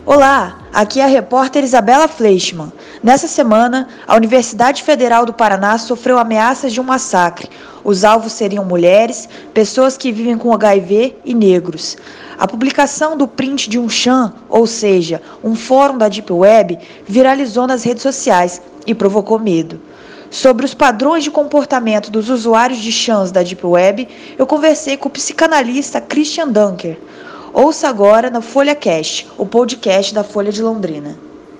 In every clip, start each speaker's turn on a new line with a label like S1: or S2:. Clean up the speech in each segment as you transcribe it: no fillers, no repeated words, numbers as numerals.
S1: Olá, aqui é a repórter Isabela Fleischmann. Nessa semana, a Universidade Federal do Paraná sofreu ameaças de um massacre. Os alvos seriam mulheres, pessoas que vivem com HIV e negros. A publicação do print de um chan, ou seja, um fórum da Deep Web, viralizou nas redes sociais e provocou medo. Sobre os padrões de comportamento dos usuários de chans da Deep Web, eu conversei com o psicanalista Christian Dunker. Ouça agora no FolhaCast, o podcast da Folha de Londrina.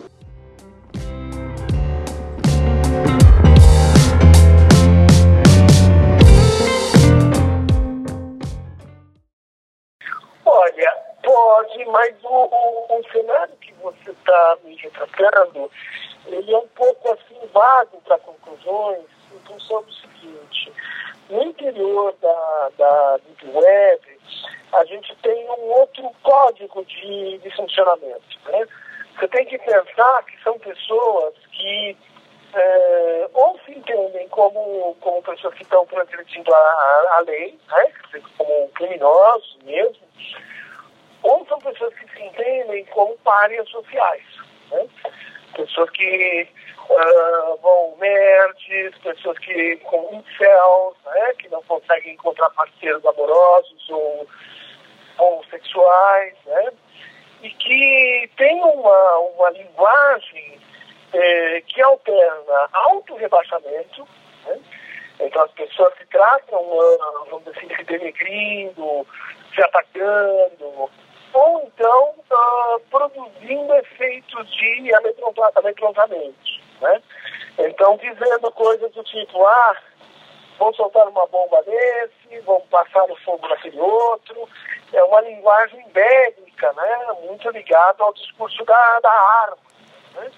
S2: Olha, pode, mas o cenário que você está me retratando, ele é um pouco assim vago para conclusões, em função do seguinte: no interior da Deep Web, a gente tem um outro código de funcionamento, né? Você tem que pensar que são pessoas que ou se entendem como pessoas que estão transgredindo a lei, né? Como criminosos mesmo, ou são pessoas que se entendem como párias sociais, né? Pessoas que vão nerds, pessoas que com incels, né? Que não conseguem encontrar parceiros amorosos ou homossexuais, né? E que tem uma linguagem que alterna auto-rebaixamento, né? Então as pessoas se tratam, vamos dizer assim, se denegrindo, se atacando, ou então produzindo efeitos de amedrontamento, né? Então dizendo coisas do tipo, vão soltar uma bomba nesse, vão passar o fogo naquele outro. É uma linguagem bélica, né? Muito ligada ao discurso da arma, né?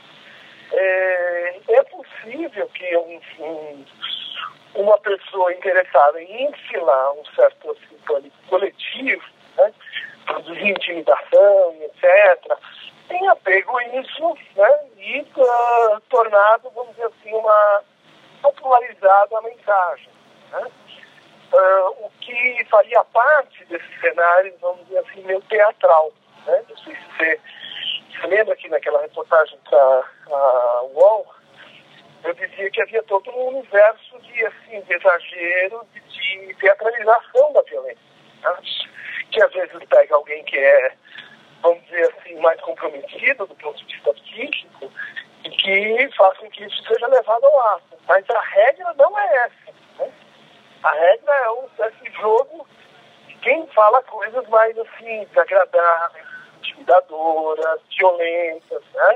S2: É possível que uma pessoa interessada em instilar um certo assim, pânico coletivo, né? Produzir intimidação, etc., tenha pego isso, né? E tornado, vamos dizer assim, popularizado a mensagem, né? O que faria parte desse cenário, vamos dizer assim, meio teatral, né? Não sei se você lembra que naquela reportagem para a UOL, eu dizia que havia todo um universo de exagero, de teatralização da violência, né? Que às vezes pega alguém que é, vamos dizer assim, mais comprometido do ponto de vista psíquico e que faz com que isso seja levado ao ato. Mas a regra não é essa, né? A regra é esse jogo de quem fala coisas mais assim, desagradáveis, intimidadoras, violentas, né?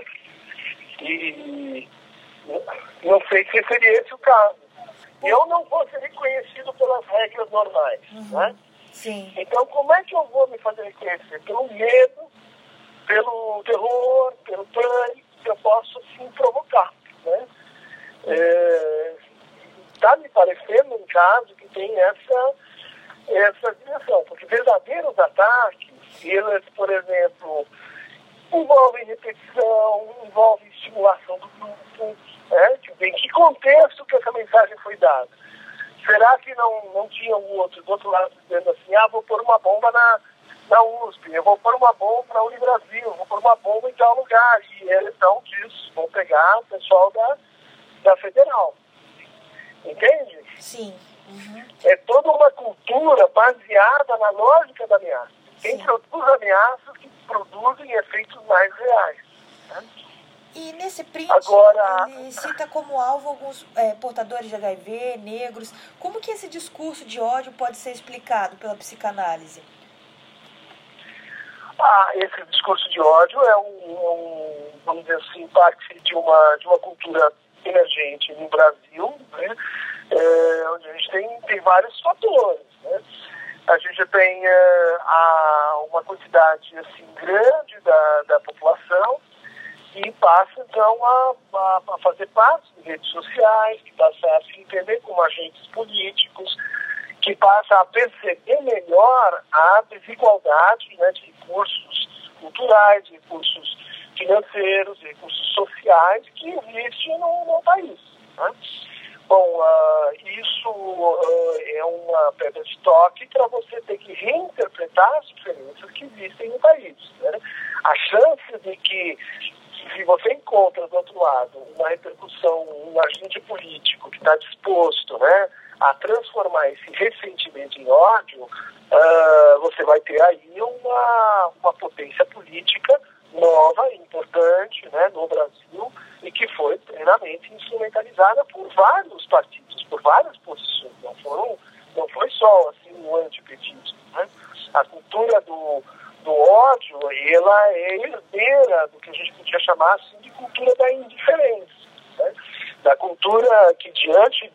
S2: E não sei se seria esse o caso. Eu não vou ser reconhecido pelas regras normais, né?
S1: Sim.
S2: Então, como é que eu vou me fazer reconhecer? Pelo medo, pelo terror, pelo pânico que eu posso, assim, provocar, né? Está me parecendo um caso que tem essa direção, porque verdadeiros ataques, eles, por exemplo, envolvem repetição, envolvem estimulação do grupo, né? Em que contexto que essa mensagem foi dada? Será que não tinha um outro do outro lado dizendo assim, vou pôr uma bomba na USP, eu vou pôr uma bomba na Unibrasil, eu vou pôr uma bomba em tal lugar, e eles não disso, vão pegar o pessoal da Federal. Entende?
S1: Sim. Uhum.
S2: É toda uma cultura baseada na lógica da ameaça. Quem produz ameaças que produzem efeitos mais reais, né?
S1: E nesse print,
S2: agora,
S1: ele cita como alvo alguns portadores de HIV, negros. Como que esse discurso de ódio pode ser explicado pela psicanálise?
S2: Esse discurso de ódio é vamos dizer assim, parte de uma cultura emergente no Brasil, né? Onde a gente tem vários fatores, né? A gente tem uma quantidade assim, grande da população que passa, então, a fazer parte de redes sociais, que passa a se entender como agentes políticos, que passa a perceber melhor a desigualdade, né, de recursos culturais, de recursos financeiros, de recursos sociais que existe no país, né? Bom, isso é uma pedra de toque para você ter que reinterpretar as diferenças que existem no país, né? A chance de que se você encontra do outro lado uma repercussão, um agente político que está disposto, né, a transformar esse ressentimento em ódio, você vai ter aí uma potência política nova, importante, né, no Brasil, e que foi plenamente instrumentalizada por vários partidos, por várias posições. Não foi só assim, um antipetismo, né? A cultura do ódio, ela é herdeira do que a gente podia chamar assim, de cultura da indiferença, né? Da cultura que, diante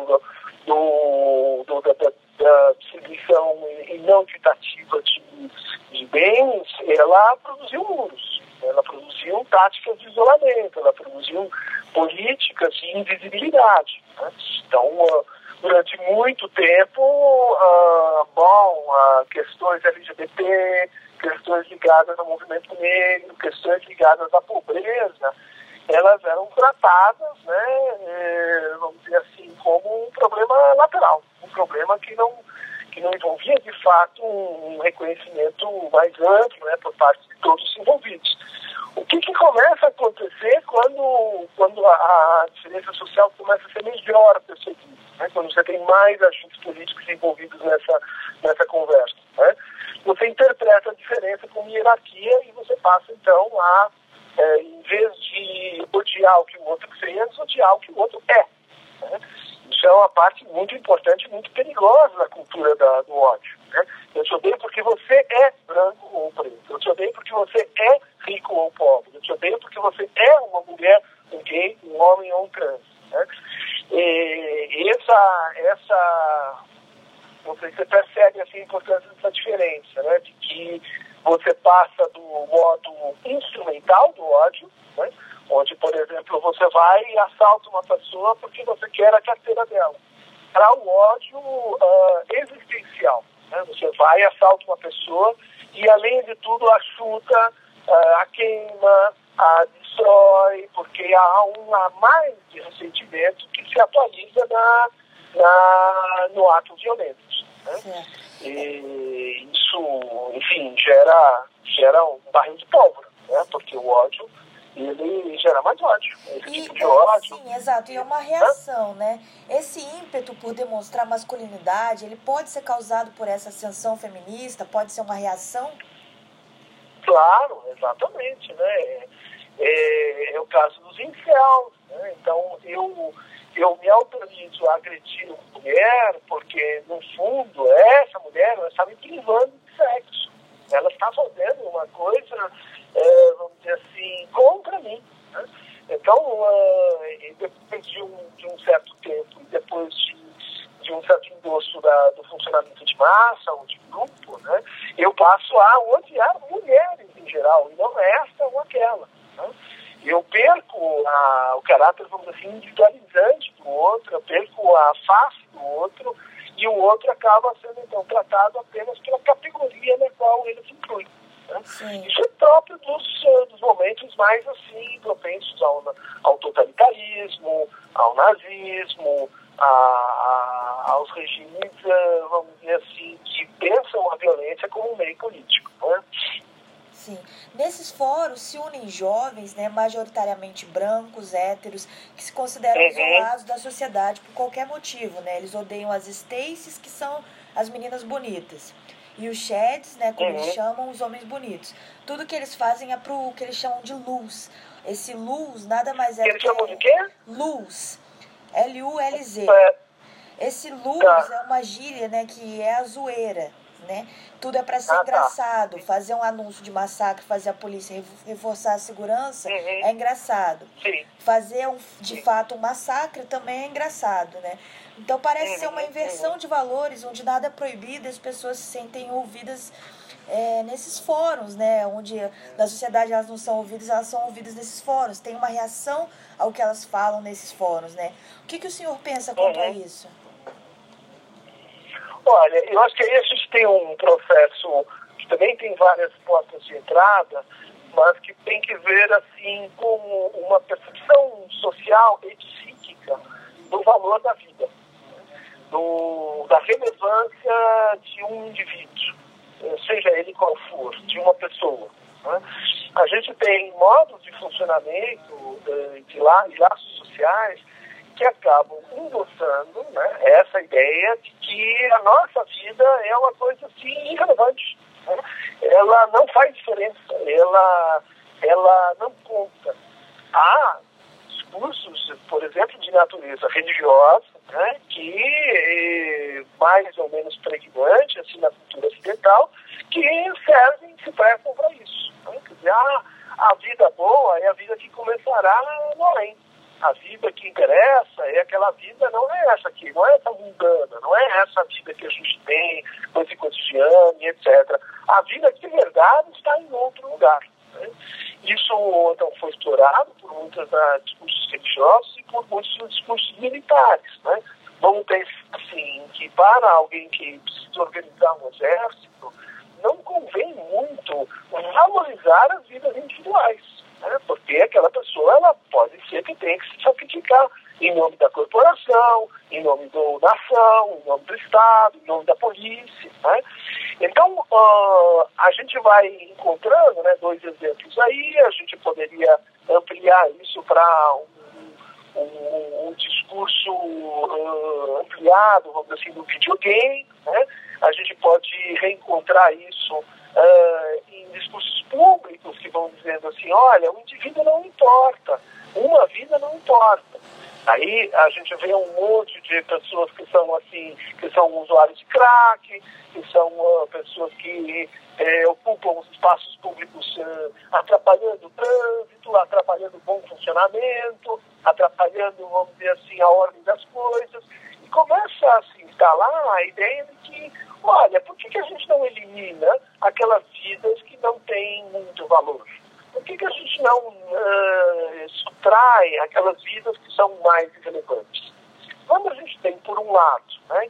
S2: da distribuição e não equitativa de bens, ela produziu muros, ela produziu táticas de isolamento, ela produziu políticas de invisibilidade, né? Então, durante muito tempo, questões LGBT, questões ligadas ao movimento negro, questões ligadas à pobreza, elas eram tratadas, né, vamos dizer assim, como um problema lateral, um problema que não envolvia, de fato, um reconhecimento mais amplo, né, por parte de todos os envolvidos. O que começa a acontecer quando a diferença social começa a ser melhor percebida, né? Quando você tem mais agentes políticos envolvidos nessa conversa, né? Você interpreta a diferença como hierarquia e você passa, então, em vez de odiar o que o outro fez, odiar o que o outro é, né? Isso é uma parte muito importante, muito perigosa da cultura do ódio, né? Eu te odeio porque você é branco ou preto. Eu te odeio porque você é rico ou pobre. Eu te odeio porque você é uma mulher, um gay, um homem ou um trans, né? E você percebe assim, a importância dessa diferença, né? De que você passa do modo instrumental do ódio, né? Onde, por exemplo, você vai e assalta uma pessoa porque você quer a carteira dela, para o ódio existencial, né? Você vai e assalta uma pessoa e, além de tudo, a chuta, a queima, a destrói, porque há a mais de ressentimento que se atualiza no ato violento, né? E isso, enfim, gera um barril de pólvora, né? Porque o ódio, ele gera mais ódio. Esse tipo de ódio.
S1: Sim, exato. E é uma reação, né? Esse ímpeto por demonstrar masculinidade, ele pode ser causado por essa ascensão feminista? Pode ser uma reação?
S2: Claro, exatamente, né? É o caso dos incels, né? Então, eu me autorizo a agredir uma mulher porque, no fundo, essa mulher está me privando de sexo. Ela está fazendo uma coisa, vamos dizer assim, contra mim, né? Então, depois de um certo tempo e depois de um certo endosso do funcionamento de massa ou de grupo, né, eu passo a odiar mulheres em geral, e não esta ou aquela, né? Eu perco o caráter, vamos dizer assim, individualizante do outro, eu perco a face do outro, e o outro acaba sendo, então, tratado apenas pela categoria na qual ele se inclui, né? Isso é próprio dos momentos mais, assim, propensos ao totalitarismo, ao nazismo, aos regimes, vamos dizer assim, que pensam a violência como um meio político, né?
S1: Sim. Nesses fóruns se unem jovens, né, majoritariamente brancos, héteros, que se consideram isolados da sociedade por qualquer motivo, né? Eles odeiam as Stacies, que são as meninas bonitas, e os Chads, né, como eles chamam, os homens bonitos. Tudo que eles fazem é pro que eles chamam de luz. Esse luz nada mais é
S2: do que... Eles chamam de quê?
S1: Luz. L-U-L-Z. Esse luz é uma gíria, né, que é a zoeira, né? Tudo é para ser engraçado. Fazer um anúncio de massacre, fazer a polícia reforçar a segurança é engraçado.
S2: Sim.
S1: Fazer de fato um massacre também é engraçado, né? Então parece ser uma inversão de valores, onde nada é proibido, as pessoas se sentem ouvidas nesses fóruns, né? Onde na sociedade elas não são ouvidas, elas são ouvidas nesses fóruns. Tem uma reação ao que elas falam nesses fóruns, né? O que o senhor pensa quanto a isso?
S2: Olha, eu acho que aí a gente tem um processo que também tem várias portas de entrada, mas que tem que ver, assim, como uma percepção social e psíquica do valor da vida, da relevância de um indivíduo, seja ele qual for, de uma pessoa, Né? A gente tem modos de funcionamento de laços sociais que acabam endossando, né, essa ideia de que a nossa vida é uma coisa assim irrelevante. Né? Ela não faz diferença, ela não conta. Há discursos, por exemplo, de natureza religiosa, né, que mais ou menos pregnante assim, na cultura ocidental, que servem, se prestam para isso. Né? Quer dizer, a vida boa é a vida que começará no além. A vida que interessa é aquela vida, não é essa aqui, não é essa mundana, não é essa vida que a gente tem, coisa cotidiana, etc. A vida de verdade está em outro lugar. Né? Isso, então, foi explorado por muitos discursos religiosos e por muitos discursos militares. Né? Vamos pensar assim, que para alguém que precisa organizar um exército, não convém muito valorizar as vidas individuais. Né? Porque aquela pessoa, ela pode ser que tenha que se sacrificar em nome da corporação, em nome da nação, em nome do Estado, em nome da polícia. Né? Então, a gente vai encontrando, né, dois exemplos aí. A gente poderia ampliar isso para um discurso ampliado, vamos dizer assim, do videogame. Né? A gente pode reencontrar isso em discursos públicos que vão dizendo assim, olha, o indivíduo não importa, uma vida não importa. Aí a gente vê um monte de pessoas que são assim, que são usuários de crack, que são pessoas que ocupam os espaços públicos atrapalhando o trânsito, atrapalhando o bom funcionamento, atrapalhando, vamos dizer assim, a ordem das coisas. E começa a se instalar a ideia de que, olha, por que a gente não elimina aquelas vidas que não têm muito valor? Por que a gente não subtrai aquelas vidas que são mais irrelevantes? Quando a gente tem, por um lado, né,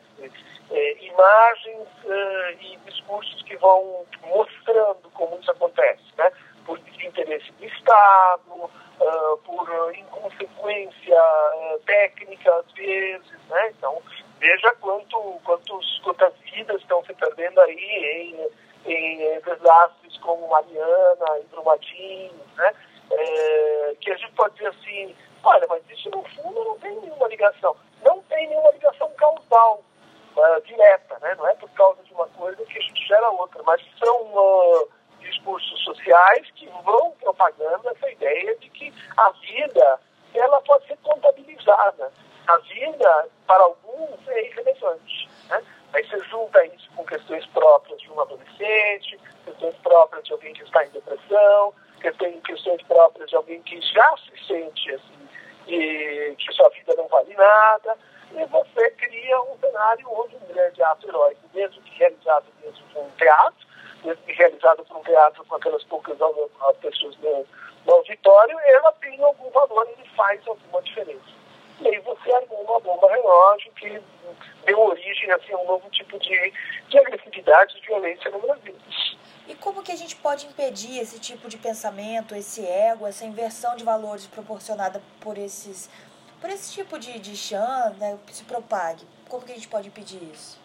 S2: imagens e discursos que vão mostrando como isso acontece, né, por desinteresse do Estado, por inconsequência técnica, às vezes, né? Então, veja quantas vidas estão se perdendo aí em desastres como Mariana e Brumadinho, né? Que a gente pode dizer assim, olha, mas isso no fundo não tem nenhuma ligação. Não tem nenhuma ligação causal, direta, né? Não é por causa de uma coisa que a gente gera outra, mas são discursos sociais que vão propagando essa ideia de que a vida, ela pode ser contabilizada. A vida, para alguns, é irrelevante, né? Aí você junta isso com questões próprias de um adolescente, questões próprias de alguém que está em depressão, questões próprias de alguém que já se sente assim, e que sua vida não vale nada, e você cria um cenário onde um grande ato heróico, mesmo que realizado dentro de um teatro, mesmo que realizado por um teatro com aquelas poucas pessoas no auditório, ela tem algum valor, ele faz alguma diferença. E aí você armou uma bomba relógio que deu origem assim, a um novo tipo de agressividade e violência no Brasil.
S1: E como que a gente pode impedir esse tipo de pensamento, esse ego, essa inversão de valores proporcionada por esse tipo de chance, né, que se propague? Como que a gente pode impedir isso?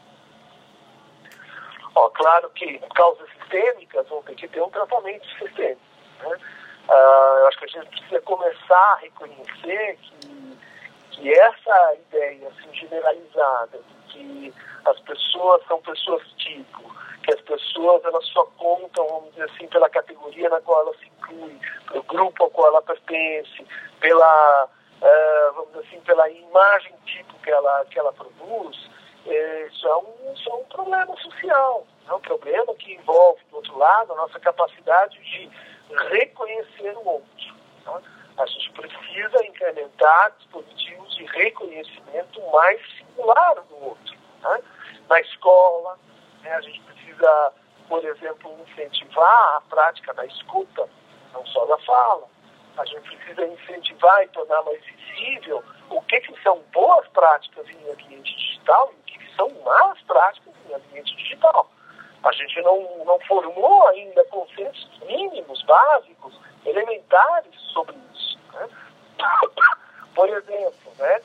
S2: Claro que causas sistêmicas vão ter que ter um tratamento sistêmico. Né? Eu acho que a gente precisa começar a reconhecer que essa ideia assim, generalizada de que as pessoas são pessoas tipo, que as pessoas elas só contam, vamos dizer assim, pela categoria na qual ela se inclui, pelo grupo ao qual ela pertence, pela, vamos dizer assim, pela imagem tipo que ela produz, isso é um problema social. É um problema que envolve, do outro lado, a nossa capacidade de reconhecer o outro. Tá? A gente precisa incrementar dispositivos de reconhecimento mais singular do outro. Tá? Na escola, né, a gente precisa, por exemplo, incentivar a prática da escuta, não só da fala. A gente precisa incentivar e tornar mais visível o que são boas práticas em ambiente digital e o que são más práticas em ambiente digital. A gente não formou ainda conceitos mínimos, básicos, elementares sobre isso. Né? Por exemplo, né,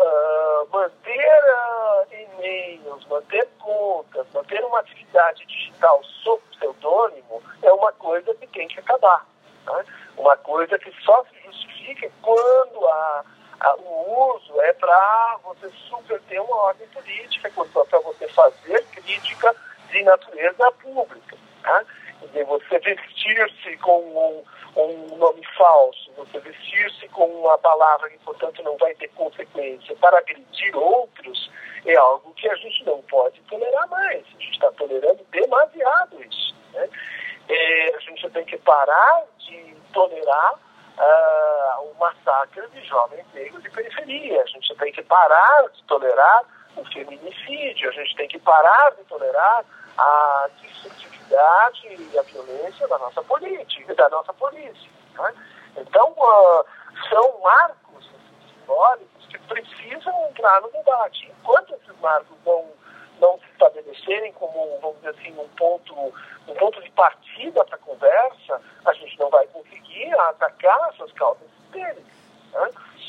S2: manter e-mails, manter contas, manter uma atividade digital tal sob pseudônimo é uma coisa que tem que acabar. Né? Uma coisa que só se justifica quando o uso é para você subverter uma ordem política, para você fazer crítica de natureza pública. Né? Quer dizer, você vestir-se com um nome falso, você vestir-se com uma palavra que, portanto, não vai ter consequência para agredir outros, é algo que a gente não pode tolerar mais. A gente está tolerando demasiado isso. Né? A gente tem que parar de tolerar o massacre de jovens negros de periferia. A gente tem que parar de tolerar o feminicídio. A gente tem que parar de tolerar a destrutividade e a violência da nossa política, da nossa polícia. Né? Então, são marcos simbólicos que precisam entrar no debate. Enquanto esses marcos não se estabelecerem como, vamos dizer assim, um ponto de partida para a conversa, a gente não vai conseguir atacar essas causas sistêmicas. Né?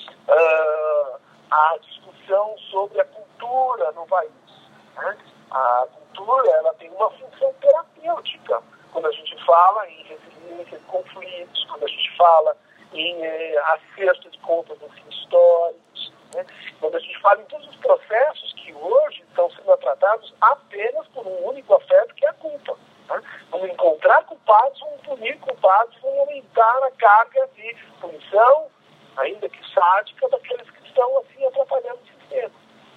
S2: A discussão sobre a cultura no país. Né? A cultura, ela tem uma função terapêutica. Quando a gente fala em resiliência de conflitos, quando a gente fala em acerto de contas históricos, né? Quando a gente fala em todos os processos que hoje estão sendo tratados apenas por um único afeto, que é a culpa. Né? Vamos encontrar culpados, vamos punir culpados, vamos aumentar a carga de punição, ainda que sádica, daqueles que estão assim atrapalhando o sistema.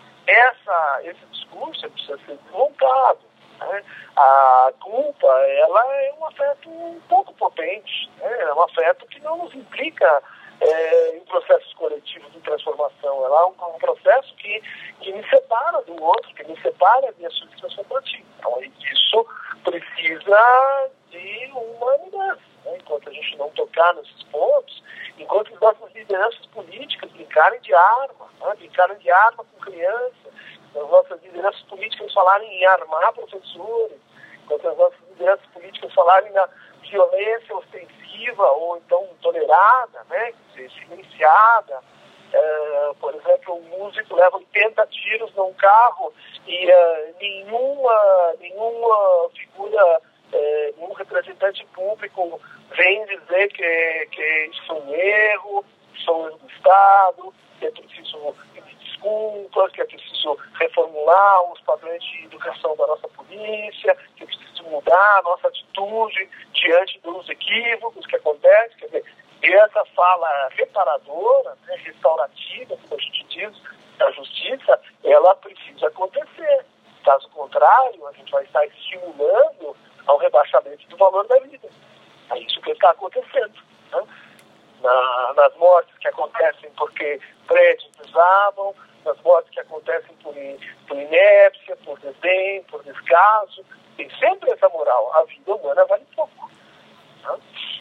S2: Esse discurso precisa ser desmontado. Né? A culpa, ela é um afeto um pouco potente, né? É um afeto que não nos implica em processos coletivos de transformação. Ela é um processo que me separa do outro, que me separa da sua transformativa. Então, isso precisa de uma mudança. Né? Enquanto a gente não tocar nesses pontos, enquanto as nossas lideranças políticas brincarem de arma, né? Brincarem de arma com crianças, as nossas lideranças políticas falarem em armar professores, enquanto as nossas lideranças políticas falarem na violência ostensiva ou então tolerada, né, silenciada. Por exemplo, um músico leva 80 tiros num carro e nenhuma figura, nenhum representante público vem dizer que isso é um erro, isso é um erro do Estado, que é preciso pedir desculpas, que é preciso reformular os padrões de educação da nossa polícia, que é preciso mudar a nossa atitude diante dos equívocos que acontecem. Quer dizer, e essa fala reparadora, né, restaurativa, como a gente diz, da justiça, ela precisa acontecer. Caso contrário, a gente vai estar estimulando ao rebaixamento do valor da vida. É isso que está acontecendo. Né? Nas mortes que acontecem porque prédios desabam, nas mortes que acontecem por inépcia, por desdém, por descaso. Tem sempre essa moral. A vida humana vale pouco. Né?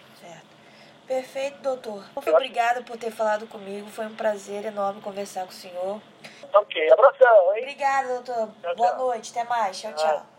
S1: Perfeito, doutor. Muito obrigada por ter falado comigo. Foi um prazer enorme conversar com o senhor.
S2: Ok, abração, hein?
S1: Obrigada, doutor.
S2: Tchau,
S1: Boa
S2: tchau.
S1: noite. Até mais. Tchau, tchau.